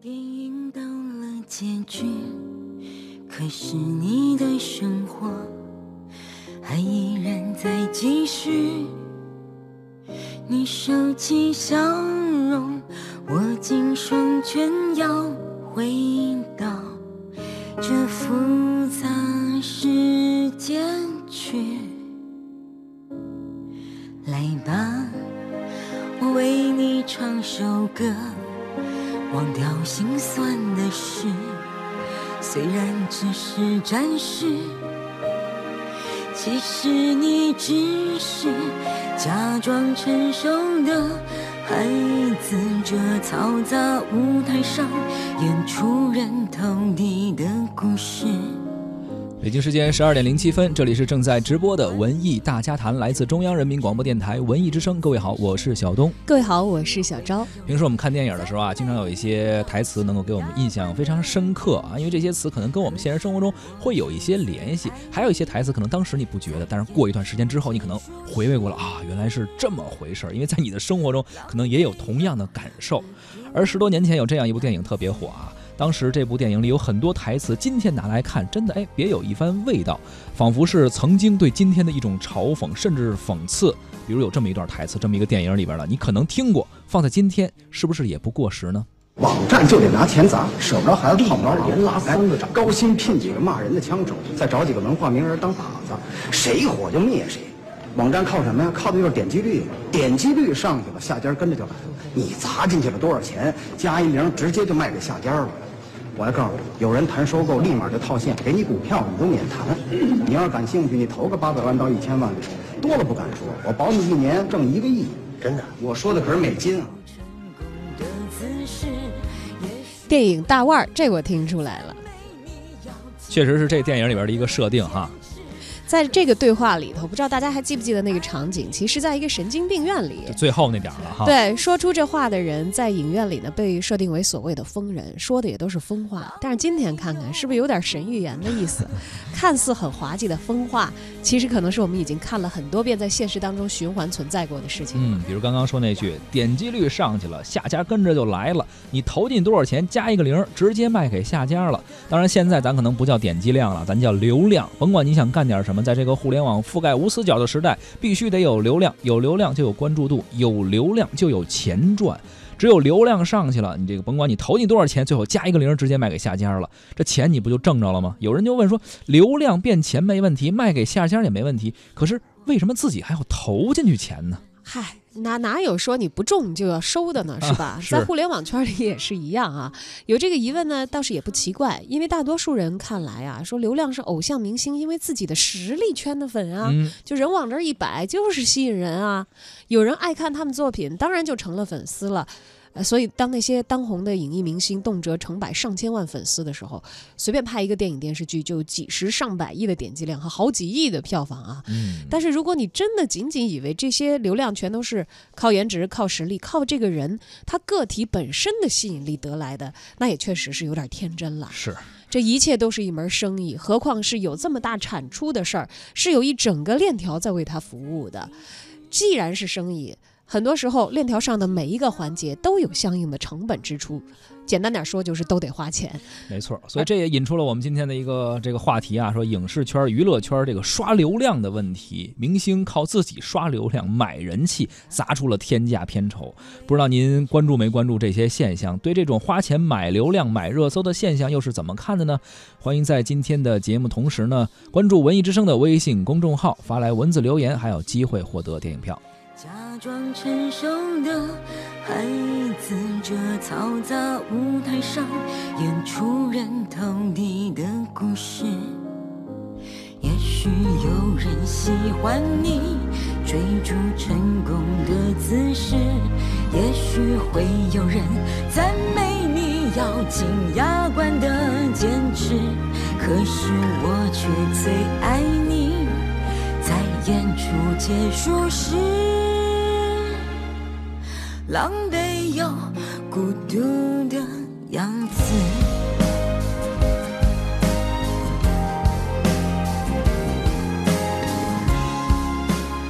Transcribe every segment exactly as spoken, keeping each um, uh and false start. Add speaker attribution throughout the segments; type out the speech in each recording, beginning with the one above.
Speaker 1: 电影到了结局，可是你的生活还依然在继续。你收起笑容，握紧双拳，要回到这复杂世界去。来吧，我为你唱首歌，忘掉心酸的事，虽然只是暂时，其实你只是假装成熟的孩子，这嘈杂舞台上演出人头地的故事。
Speaker 2: 北京时间十二点零七分，这里是正在直播的文艺大家谈，来自中央人民广播电台文艺之声。各位好，我是小东。
Speaker 3: 各位好，我是小昭。
Speaker 2: 平时我们看电影的时候啊，经常有一些台词能够给我们印象非常深刻啊，因为这些词可能跟我们现实生活中会有一些联系，还有一些台词可能当时你不觉得，但是过一段时间之后，你可能回味过了啊，原来是这么回事，因为在你的生活中可能也有同样的感受。而十多年前有这样一部电影特别火啊。当时这部电影里有很多台词，今天拿来看，真的哎，别有一番味道，仿佛是曾经对今天的一种嘲讽，甚至讽刺。比如有这么一段台词，这么一个电影里边的，你可能听过，放在今天是不是也不过时呢？
Speaker 4: 网站就得拿钱砸，舍不着孩子套不着人拉三个掌，高薪聘几个骂人的枪手，再找几个文化名人当靶子，谁火就灭谁。网站靠什么呀？靠的就是点击率，点击率上去了，下家跟着就来了。你砸进去了多少钱，加一零直接就卖给下家了。我还告诉你，有人谈收购，立马就套现，给你股票，你都免谈。你要是感兴趣，你投个八百万到一千万，多了不敢说，我保你一年挣一个亿，真的。我说的可是美金啊。
Speaker 3: 电影大腕儿，这我听出来了，
Speaker 2: 确实是这电影里边的一个设定哈。
Speaker 3: 在这个对话里头，不知道大家还记不记得那个场景，其实在一个神经病院里，
Speaker 2: 最后那点了哈。
Speaker 3: 对，说出这话的人在影院里呢被设定为所谓的疯人，说的也都是疯话。但是今天看看是不是有点神预言的意思？看似很滑稽的疯话，其实可能是我们已经看了很多遍，在现实当中循环存在过的事情。
Speaker 2: 嗯，比如刚刚说那句点击率上去了，下家跟着就来了，你投进多少钱加一个零，直接卖给下家了。当然现在咱可能不叫点击量了，咱叫流量。甭管你想干点什么，在这个互联网覆盖无死角的时代，必须得有流量，有流量就有关注度，有流量就有钱赚。只有流量上去了，你这个甭管你投进多少钱，最后加一个零直接卖给下家了，这钱你不就挣着了吗？有人就问说，流量变钱没问题，卖给下家也没问题，可是为什么自己还要投进去钱呢？
Speaker 3: 嗨，哪哪有说你不中就要收的呢，是吧？
Speaker 2: 啊、是
Speaker 3: 在互联网圈里也是一样啊。有这个疑问呢，倒是也不奇怪，因为大多数人看来啊，说流量是偶像明星因为自己的实力圈的粉啊，
Speaker 2: 嗯、
Speaker 3: 就人往这儿一摆就是吸引人啊。有人爱看他们作品，当然就成了粉丝了。呃，所以当那些当红的影艺明星动辄成百上千万粉丝的时候，随便拍一个电影电视剧就几十上百亿的点击量和好几亿的票房啊。
Speaker 2: 嗯，
Speaker 3: 但是如果你真的仅仅以为这些流量全都是靠颜值、靠实力、靠这个人他个体本身的吸引力得来的，那也确实是有点天真了。
Speaker 2: 是，
Speaker 3: 这一切都是一门生意，何况是有这么大产出的事儿，是有一整个链条在为他服务的。既然是生意，很多时候链条上的每一个环节都有相应的成本支出，简单点说就是都得花钱。
Speaker 2: 没错，所以这也引出了我们今天的一个这个话题啊，说影视圈、娱乐圈这个刷流量的问题，明星靠自己刷流量买人气，砸出了天价片酬。不知道您关注没关注这些现象？对这种花钱买流量、买热搜的现象又是怎么看的呢？欢迎在今天的节目同时呢，关注文艺之声的微信公众号，发来文字留言，还有机会获得电影票。
Speaker 1: 假装成熟的孩子，这嘈杂舞台上演出人头地的故事。也许有人喜欢你追逐成功的姿势，也许会有人赞美你咬紧牙关的坚持，可是我却最爱你在演出结束时狼狈又孤独的样子。
Speaker 2: 您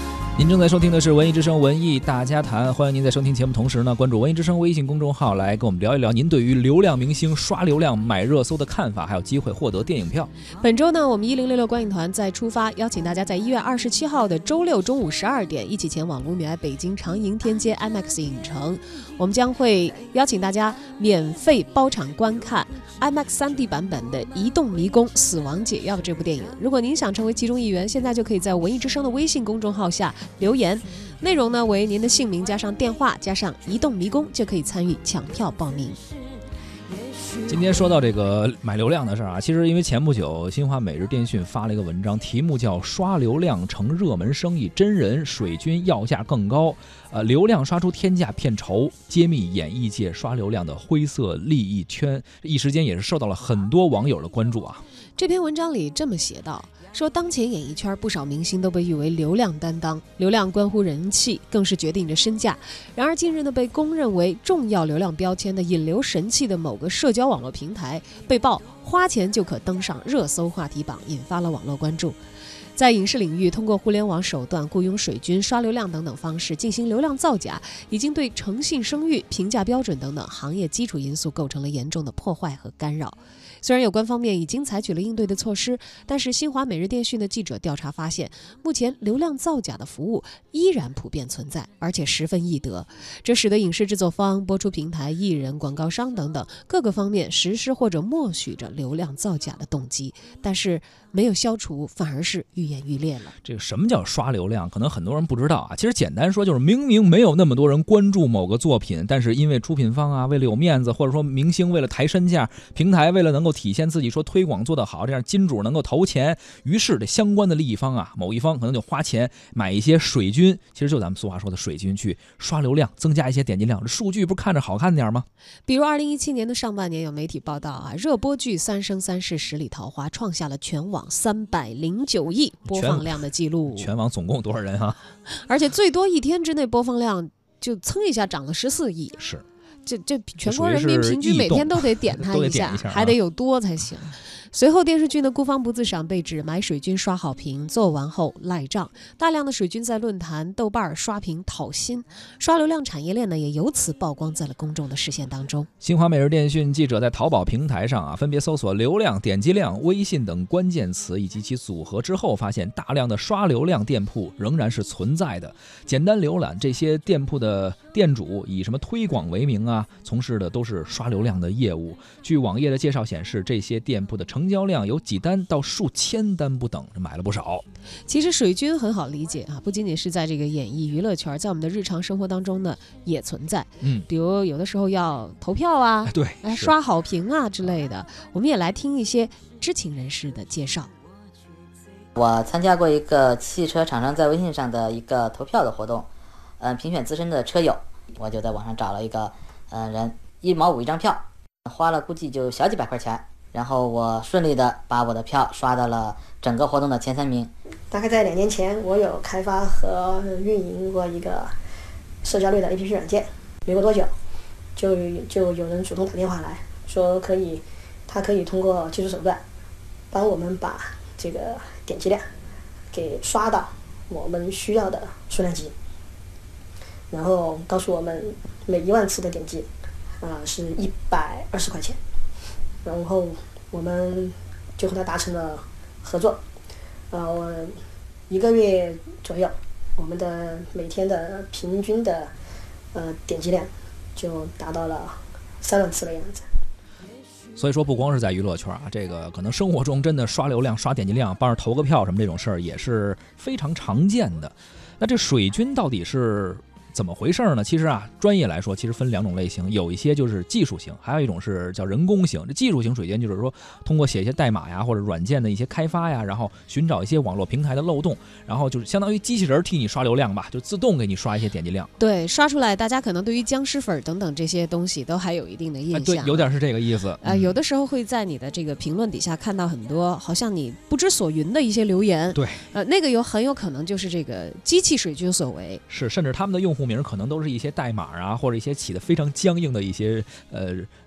Speaker 2: 您正在收听的是文艺之声文艺大家谈，欢迎您在收听节目同时呢，关注文艺之声微信公众号，来跟我们聊一聊您对于流量明星刷流量买热搜的看法，还有机会获得电影票。
Speaker 3: 本周呢，我们一零六六观影团在出发，邀请大家在一月二十七号的周六中午十二点，一起前往卢米埃北京长楹天街 IMAX 影城。我们将会邀请大家免费包场观看 IMAX 三 D 版本的《移动迷宫：死亡解药》这部电影。如果您想成为其中一员，现在就可以在文艺之声的微信公众号下留言，内容呢为您的姓名加上电话加上移动迷宫，就可以参与抢票报名。
Speaker 2: 今天说到这个买流量的事儿啊，其实因为前不久新华每日电讯发了一个文章，题目叫刷流量成热门生意，真人水军要价更高，呃，流量刷出天价骗筹，揭秘演艺界刷流量的灰色利益圈，一时间也是受到了很多网友的关注啊。
Speaker 3: 这篇文章里这么写道，说当前演艺圈不少明星都被誉为流量担当，流量关乎人气，更是决定着身价。然而近日呢，被公认为重要流量标签的引流神器的某个社交网络平台被曝花钱就可登上热搜话题榜，引发了网络关注。在影视领域，通过互联网手段雇佣水军、刷流量等等方式进行流量造假，已经对诚信声誉、评价标准等等行业基础因素构成了严重的破坏和干扰。虽然有关方面已经采取了应对的措施，但是新华每日电讯的记者调查发现，目前流量造假的服务依然普遍存在，而且十分易得。这使得影视制作方、播出平台、艺人、广告商等等各个方面实施或者默许着流量造假的动机，但是没有消除，反而是愈演愈烈了。
Speaker 2: 这个什么叫刷流量？可能很多人不知道啊。其实简单说，就是明明没有那么多人关注某个作品，但是因为出品方啊为了有面子，或者说明星为了抬身价，平台为了能够体现自己说推广做得好，这样金主能够投钱，于是这相关的利益方啊，某一方可能就花钱买一些水军，其实就咱们俗话说的水军，去刷流量，增加一些点击量。这数据不是看着好看点吗？
Speaker 3: 比如二零一七年的上半年，有媒体报道啊，热播剧《三生三世十里桃花》创下了全网三百零九亿播放量的记录。
Speaker 2: 全网总共多少人啊？
Speaker 3: 而且最多一天之内播放量就蹭一下涨了十四亿。
Speaker 2: 是。
Speaker 3: 这这全国人民平均每天都得点它一下，还得有多才行。随后电视剧呢，孤芳不自赏，被指买水军刷好评，做完后赖账。大量的水军在论坛、豆瓣刷屏讨薪，刷流量产业链呢也由此曝光在了公众的视线当中。
Speaker 2: 新华每日电讯记者在淘宝平台上啊，分别搜索流量、点击量、微信等关键词以及其组合之后，发现大量的刷流量店铺仍然是存在的。简单浏览这些店铺的店主以什么推广为名啊，从事的都是刷流量的业务。据网页的介绍显示，这些店铺的成交量有几单到数千单不等，买了不少。
Speaker 3: 其实水军很好理解啊，不仅仅是在这个演艺娱乐圈，在我们的日常生活当中呢也存在。嗯，比如有的时候要投票啊，
Speaker 2: 对，
Speaker 3: 哎，刷好评啊之类的。我们也来听一些知情人士的介绍。
Speaker 5: 我参加过一个汽车厂商在微信上的一个投票的活动，嗯、呃，评选资深的车友，我就在网上找了一个嗯、呃、人，一毛五一张票，花了估计就小几百块钱，然后我顺利的把我的票刷到了整个活动的前三名。
Speaker 6: 大概在两年前，我有开发和运营过一个社交类的 A P P 软件，没过多久，就就有人主动打电话来说可以，他可以通过技术手段帮我们把这个点击量给刷到我们需要的数量级，然后告诉我们每一万次的点击啊、呃、是一百二十块钱，然后我们就和他达成了合作，呃，我一个月左右，我们的每天的平均的呃点击量就达到了三万次的样子。
Speaker 2: 所以说不光是在娱乐圈啊，这个可能生活中真的刷流量、刷点击量、帮着投个票什么这种事儿也是非常常见的。那这水军到底是怎么回事呢？其实啊，专业来说，其实分两种类型，有一些就是技术型，还有一种是叫人工型。这技术型水军就是说，通过写一些代码呀，或者软件的一些开发呀，然后寻找一些网络平台的漏洞，然后就是相当于机器人替你刷流量吧，就自动给你刷一些点击量。
Speaker 3: 对，刷出来，大家可能对于僵尸粉等等这些东西都还有一定的印象。
Speaker 2: 哎、对，有点是这个意思。
Speaker 3: 啊、呃，有的时候会在你的这个评论底下看到很多好像你不知所云的一些留言。
Speaker 2: 对，
Speaker 3: 呃，那个有很有可能就是这个机器水军所为。
Speaker 2: 是，甚至他们的用户名可能都是一些代码啊，或者一些起的非常僵硬的一些呃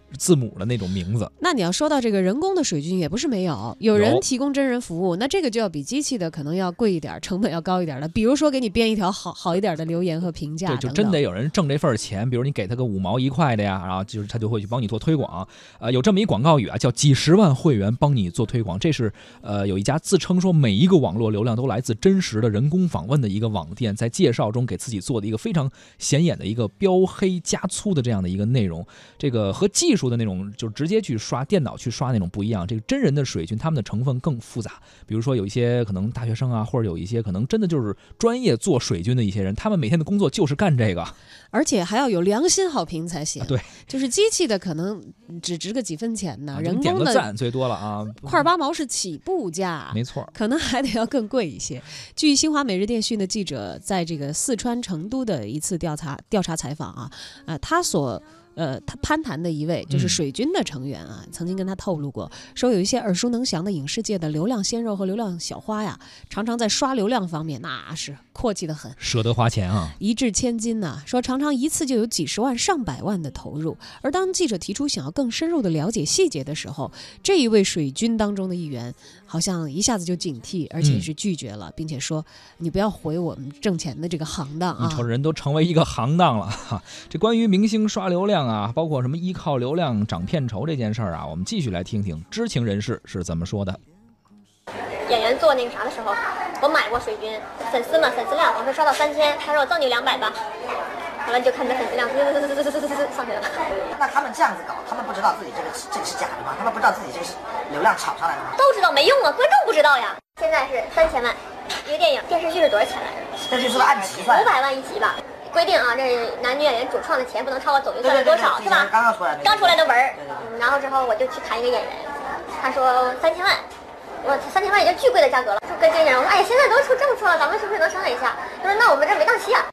Speaker 2: 字母的那种名字。
Speaker 3: 那你要说到这个人工的水军，也不是没有，有人提供真人服务，那这个就要比机器的可能要贵一点，成本要高一点的。比如说给你编一条好好一点的留言和评价，
Speaker 2: 对，就真得有人挣这份钱。比如你给他个五毛一块的呀，然后就是他就会去帮你做推广。呃，有这么一广告语啊，叫几十万会员帮你做推广。这是呃有一家自称说每一个网络流量都来自真实的人工访问的一个网店，在介绍中给自己做的一个非常显眼的一个标黑加粗的这样的一个内容。这个和技术的那种就直接去刷电脑去刷那种不一样，这个真人的水军他们的成分更复杂。比如说有一些可能大学生啊，或者有一些可能真的就是专业做水军的一些人，他们每天的工作就是干这个，
Speaker 3: 而且还要有良心好评才行。
Speaker 2: 啊、对，
Speaker 3: 就是机器的可能只值个几分钱呢，啊、人工的
Speaker 2: 点个赞最多了啊，
Speaker 3: 块八毛是起步价，
Speaker 2: 没错，
Speaker 3: 可能还得要更贵一些。据新华每日电讯的记者在这个四川成都的一次调查调查采访啊，呃，他所。呃，他攀谈的一位就是水军的成员啊、嗯，曾经跟他透露过，说有一些耳熟能详的影视界的流量鲜肉和流量小花呀，常常在刷流量方面那是阔气得很，
Speaker 2: 舍得花钱啊，
Speaker 3: 一掷千金呐、啊。说常常一次就有几十万、上百万的投入。而当记者提出想要更深入的了解细节的时候，这一位水军当中的一员好像一下子就警惕，而且是拒绝了，嗯、并且说你不要毁我们挣钱的这个行当啊！
Speaker 2: 你瞅人都成为一个行当了哈。这关于明星刷流量啊，包括什么依靠流量涨片酬这件事儿啊，我们继续来听听知情人士是怎么说的。
Speaker 7: 演员做那个啥的时候，我买过水军，粉丝嘛，粉丝量我说刷到三千，他说我赠你两百吧，后来就看你的粉丝量上去了。
Speaker 8: 那他们这样子搞，他们不知道自己这个这个是假的吗？他们不知道自己这个是流量炒上来的吗？
Speaker 7: 都知道没用啊，观众不知道呀。现在是三千万一个电影，电视剧是多少钱来着？
Speaker 8: 这就是按集算，
Speaker 7: 五百万一集吧。规定啊，这男女演员主创的钱不能超过总预算是多少，是吧？
Speaker 8: 刚刚出来的，
Speaker 7: 刚出来的文儿。然后之后我就去谈一个演员，他说三千万，我三千万已经巨贵的价格了。就跟这演员我说，哎呀，现在都出这么出了，咱们是不是能商量一下？他说那我们这没档期啊。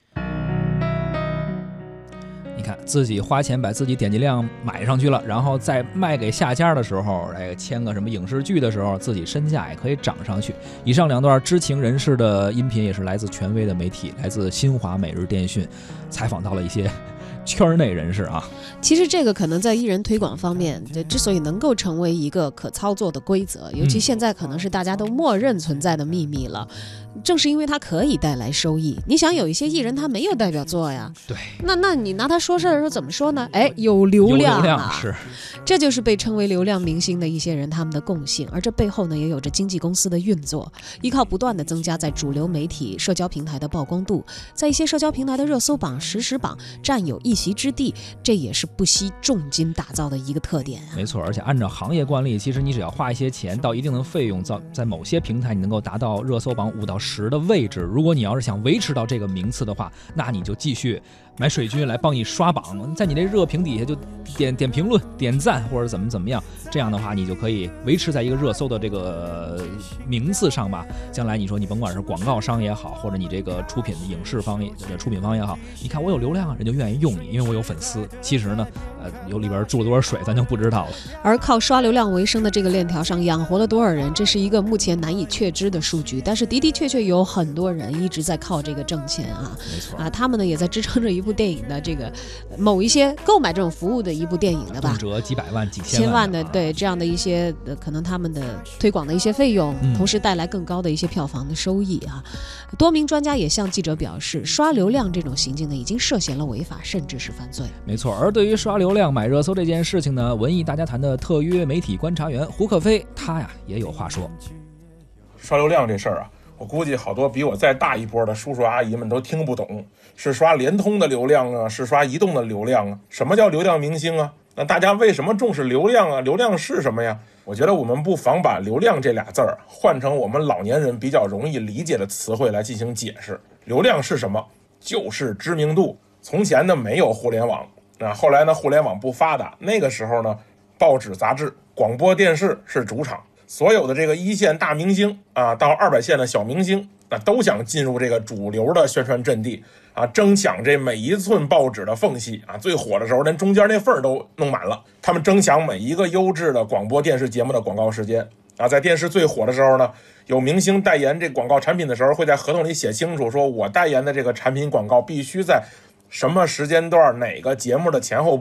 Speaker 2: 你看自己花钱把自己点击量买上去了，然后再卖给下家的时候，哎，签个什么影视剧的时候，自己身价也可以涨上去。以上两段知情人士的音频也是来自权威的媒体，来自新华每日电讯，采访到了一些圈内人士啊。
Speaker 3: 其实这个可能在艺人推广方面，之所以能够成为一个可操作的规则，尤其现在可能是大家都默认存在的秘密了。正是因为它可以带来收益。你想有一些艺人他没有代表作呀，
Speaker 2: 对，
Speaker 3: 那那你拿他说事儿的时候怎么说呢？哎，有流量啊，
Speaker 2: 有流量是，
Speaker 3: 这就是被称为流量明星的一些人他们的共性。而这背后呢，也有着经纪公司的运作，依靠不断的增加在主流媒体、社交平台的曝光度，在一些社交平台的热搜榜、实时榜占有一席之地，这也是不惜重金打造的一个特点啊。
Speaker 2: 没错，而且按照行业惯例，其实你只要花一些钱到一定的费用，在在某些平台你能够达到热搜榜五到十的位置。如果你要是想维持到这个名次的话，那你就继续买水军来帮你刷榜，在你这热评底下就点点评论、点赞或者怎么怎么样，这样的话你就可以维持在一个热搜的这个名次上吧。将来你说你甭管是广告商也好，或者你这个出品的影视方也出品方也好，你看我有流量，人就愿意用你，因为我有粉丝。其实呢，呃，有里边注了多少水，咱就不知道了。
Speaker 3: 而靠刷流量为生的这个链条上养活了多少人，这是一个目前难以确知的数据。但是的的确确有很多人一直在靠这个挣钱啊，
Speaker 2: 没错
Speaker 3: 啊，他们呢也在支撑着一部电影的这个某一些购买这种服务的一部电影的吧，
Speaker 2: 动辄几百万、几
Speaker 3: 千万
Speaker 2: 万
Speaker 3: 的，对这样的一些、呃、可能他们的推广的一些费用、
Speaker 2: 嗯，
Speaker 3: 同时带来更高的一些票房的收益啊。多名专家也向记者表示，刷流量这种行径呢，已经涉嫌了违法，甚至是犯罪。
Speaker 2: 没错，而对于刷流量买热搜这件事情呢，文艺大家谈的特约媒体观察员胡可飞，他呀也有话说。
Speaker 9: 刷流量这事儿啊，我估计好多比我再大一波的叔叔阿姨们都听不懂，是刷联通的流量啊，是刷移动的流量啊？什么叫流量明星啊？那大家为什么重视流量啊？流量是什么呀？我觉得我们不妨把流量这俩字儿换成我们老年人比较容易理解的词汇来进行解释。流量是什么？就是知名度。从前呢没有互联网，啊，后来呢互联网不发达，那个时候呢报纸、杂志、广播电视是主场。所有的这个一线大明星啊，到二百线的小明星，那都想进入这个主流的宣传阵地啊，争抢这每一寸报纸的缝隙啊。最火的时候，连中间那份儿都弄满了。他们争抢每一个优质的广播电视节目的广告时间啊。在电视最火的时候呢，有明星代言这广告产品的时候，会在合同里写清楚，说我代言的这个产品广告必须在什么时间段哪个节目的前后播。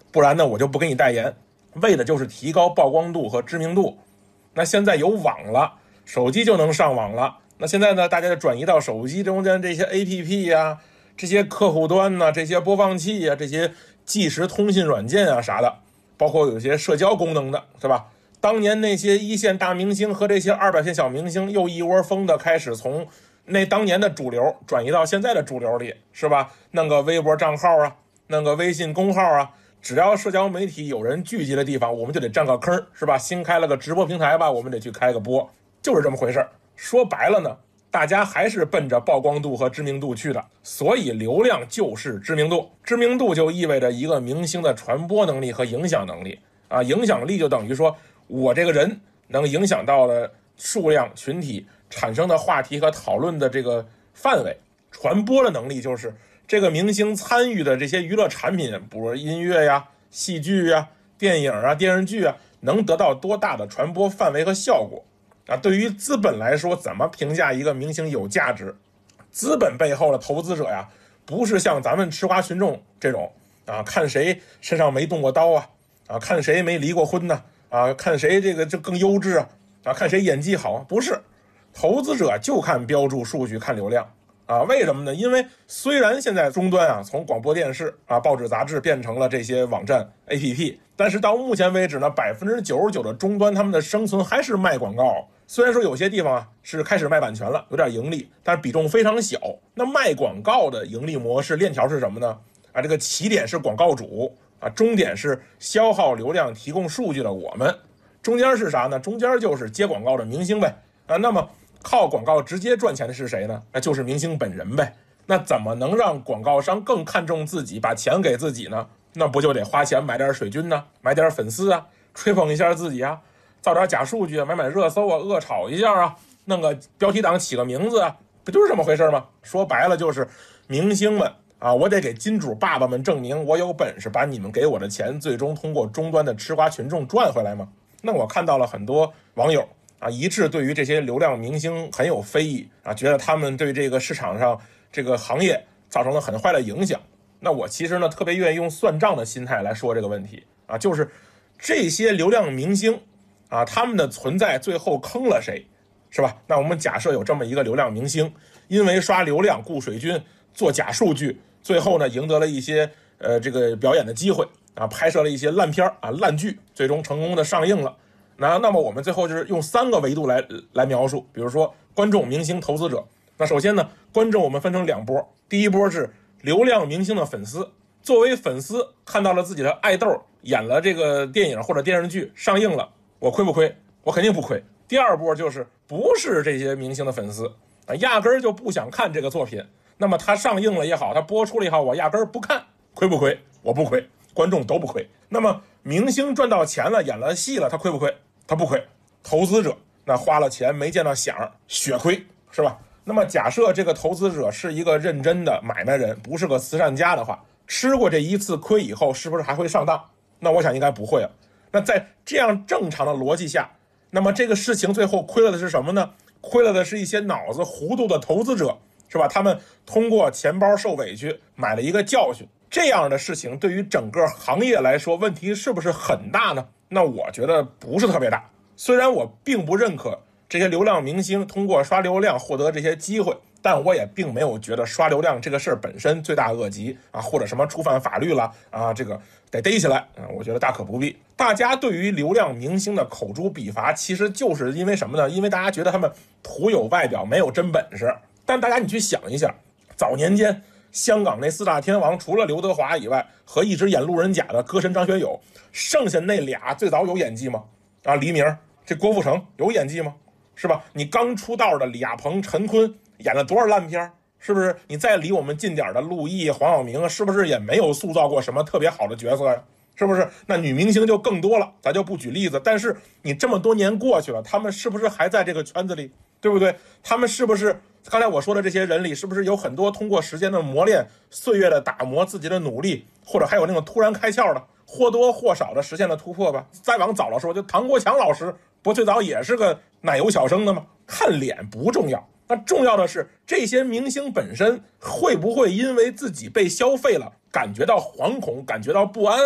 Speaker 9: 不然呢我就不给你代言，为的就是提高曝光度和知名度。那现在有网了，手机就能上网了，那现在呢大家就转移到手机中间这些 A P P 呀、啊、这些客户端呐、啊、这些播放器呀、啊、这些即时通信软件啊啥的，包括有些社交功能的，是吧？当年那些一线大明星和这些二百线小明星又一窝蜂的开始从那当年的主流转移到现在的主流里，是吧？弄个微博账号啊，弄个微信公号啊，只要社交媒体有人聚集的地方，我们就得占个坑，是吧？新开了个直播平台吧，我们得去开个播，就是这么回事。说白了呢，大家还是奔着曝光度和知名度去的，所以流量就是知名度，知名度就意味着一个明星的传播能力和影响能力啊，影响力就等于说我这个人能影响到的数量群体产生的话题和讨论的这个范围，传播的能力就是这个明星参与的这些娱乐产品，比如音乐呀、戏剧呀、电影啊、电视剧啊，能得到多大的传播范围和效果啊？对于资本来说，怎么评价一个明星有价值？资本背后的投资者呀，不是像咱们吃瓜群众这种啊，看谁身上没动过刀啊，啊，看谁没离过婚呢、啊，啊，看谁这个就更优质啊，啊，看谁演技好啊，不是。投资者就看标注数据，看流量啊，为什么呢？因为虽然现在终端啊从广播电视啊、报纸杂志变成了这些网站 A P P， 但是到目前为止呢，百分之九十九的终端他们的生存还是卖广告。虽然说有些地方啊是开始卖版权了，有点盈利，但是比重非常小。那卖广告的盈利模式链条是什么呢？啊，这个起点是广告主啊，终点是消耗流量、提供数据的我们，中间是啥呢？中间就是接广告的明星呗啊，那么靠广告直接赚钱的是谁呢？那就是明星本人呗。那怎么能让广告商更看重自己，把钱给自己呢？那不就得花钱买点水军呢，买点粉丝啊，吹捧一下自己啊，造点假数据啊，买买热搜啊，恶炒一下啊，弄个标题党起个名字啊，不就是这么回事吗？说白了就是明星们啊，我得给金主爸爸们证明我有本事把你们给我的钱最终通过终端的吃瓜群众赚回来吗？那我看到了很多网友啊，一致对于这些流量明星很有非议啊，觉得他们对这个市场上这个行业造成了很坏的影响。那我其实呢特别愿意用算账的心态来说这个问题啊，就是这些流量明星啊，他们的存在最后坑了谁，是吧？那我们假设有这么一个流量明星，因为刷流量雇水军做假数据，最后呢赢得了一些呃这个表演的机会啊，拍摄了一些烂片啊烂剧，最终成功的上映了。那那么我们最后就是用三个维度来来描述，比如说观众、明星、投资者。那首先呢，观众我们分成两波，第一波是流量明星的粉丝，作为粉丝看到了自己的爱豆演了这个电影或者电视剧上映了，我亏不亏？我肯定不亏。第二波就是不是这些明星的粉丝啊，压根儿就不想看这个作品，那么他上映了也好，他播出了也好，我压根儿不看，亏不亏？我不亏，观众都不亏。那么明星赚到钱了，演了戏了，他亏不亏？他不亏。投资者那花了钱没见到响，血亏，是吧？那么假设这个投资者是一个认真的买卖人，不是个慈善家的话，吃过这一次亏以后，是不是还会上当？那我想应该不会啊。那在这样正常的逻辑下，那么这个事情最后亏了的是什么呢？亏了的是一些脑子糊涂的投资者，是吧？他们通过钱包受委屈买了一个教训。这样的事情对于整个行业来说，问题是不是很大呢？那我觉得不是特别大。虽然我并不认可这些流量明星通过刷流量获得这些机会，但我也并没有觉得刷流量这个事儿本身罪大恶极啊，或者什么触犯法律了啊，这个得逮起来啊，我觉得大可不必。大家对于流量明星的口诛笔伐，其实就是因为什么呢？因为大家觉得他们徒有外表，没有真本事。但大家你去想一下，早年间香港那四大天王，除了刘德华以外，和一直演路人甲的歌神张学友，剩下那俩最早有演技吗？啊，黎明，这郭富城有演技吗？是吧？你刚出道的李亚鹏、陈坤演了多少烂片，是不是？你再离我们近点的陆毅、黄晓明，是不是也没有塑造过什么特别好的角色呀？是不是？那女明星就更多了，咱就不举例子。但是你这么多年过去了，他们是不是还在这个圈子里？对不对？他们是不是刚才我说的这些人里，是不是有很多通过时间的磨练、岁月的打磨自己的努力，或者还有那种突然开窍的，或多或少的实现了突破吧？再往早了说，就唐国强老师不最早也是个奶油小生的吗？看脸不重要，那重要的是这些明星本身会不会因为自己被消费了感觉到惶恐，感觉到不安，对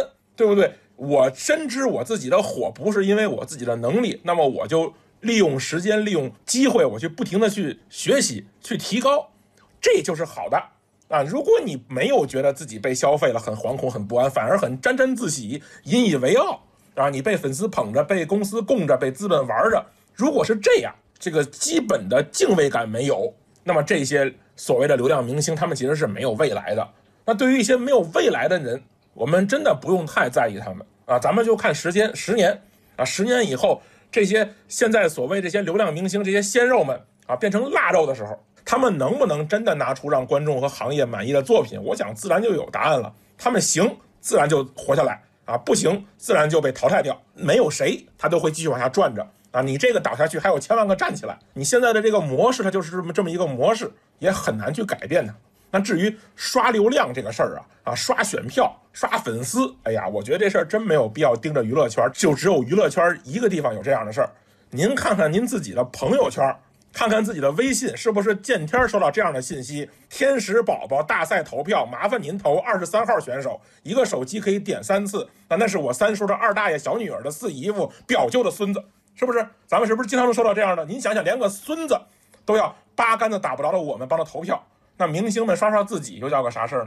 Speaker 9: 对不对？我深知我自己的火不是因为我自己的能力，那么我就利用时间，利用机会，我去不停的去学习，去提高，这就是好的啊！如果你没有觉得自己被消费了，很惶恐、很不安，反而很沾沾自喜、引以为傲啊！你被粉丝捧着，被公司供着，被资本玩着，如果是这样，这个基本的敬畏感没有，那么这些所谓的流量明星，他们其实是没有未来的。那对于一些没有未来的人，我们真的不用太在意他们啊，咱们就看时间，十年啊，十年以后，这些现在所谓这些流量明星、这些鲜肉们啊，变成腊肉的时候，他们能不能真的拿出让观众和行业满意的作品？我想自然就有答案了。他们行，自然就活下来啊；不行，自然就被淘汰掉。没有谁他都会继续往下转着啊！你这个倒下去，还有千万个站起来。你现在的这个模式，它就是这么这么一个模式，也很难去改变它。那至于刷流量这个事儿啊，啊，刷选票、刷粉丝，哎呀，我觉得这事儿真没有必要盯着娱乐圈，就只有娱乐圈一个地方有这样的事儿。您看看您自己的朋友圈，看看自己的微信，是不是见天收到这样的信息？天使宝宝大赛投票，麻烦您投二十三号选手，一个手机可以点三次。那那是我三叔的二大爷、小女儿的四姨夫、表舅的孙子，是不是？咱们是不是经常能收到这样的？您想想，连个孙子都要八竿子打不着的我们帮他投票。那明星们刷刷自己又叫个啥事儿呢？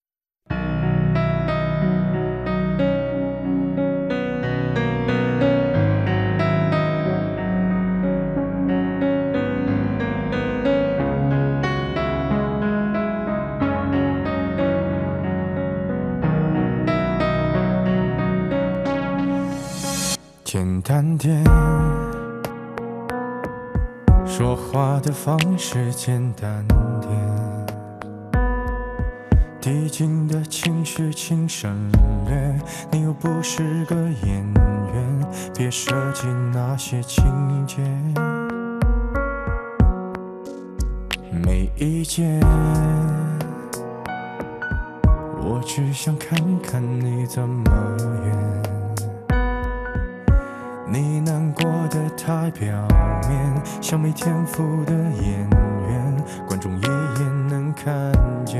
Speaker 10: 简单点，说话的方式简单点，递进的情绪请省略，你又不是个演员，别设计那些情节。没意见，我只想看看你怎么演。你难过的太表面，像没天赋的演员，观众一眼能看见。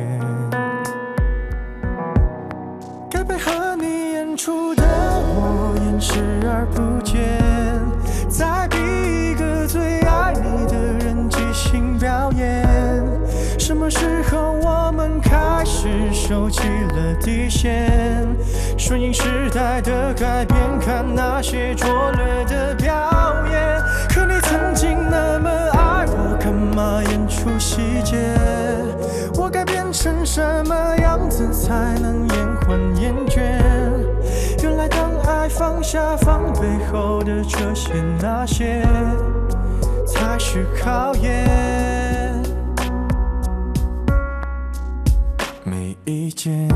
Speaker 10: 该配合你演出的我演视而不见，再逼一个最爱你的人即兴表演。什么时候我们开始收起了底线？顺应时代的改变，看那些拙劣的表演。可你曾经那么爱我，干嘛演出细节？我该变成什么样子才能延缓厌倦？原来当爱放下防备后的这些那些，才是考验。没意见，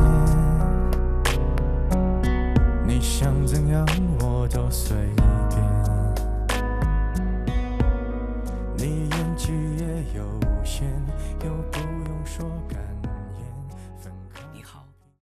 Speaker 10: 你想怎样我都随便。你演技也有限，又不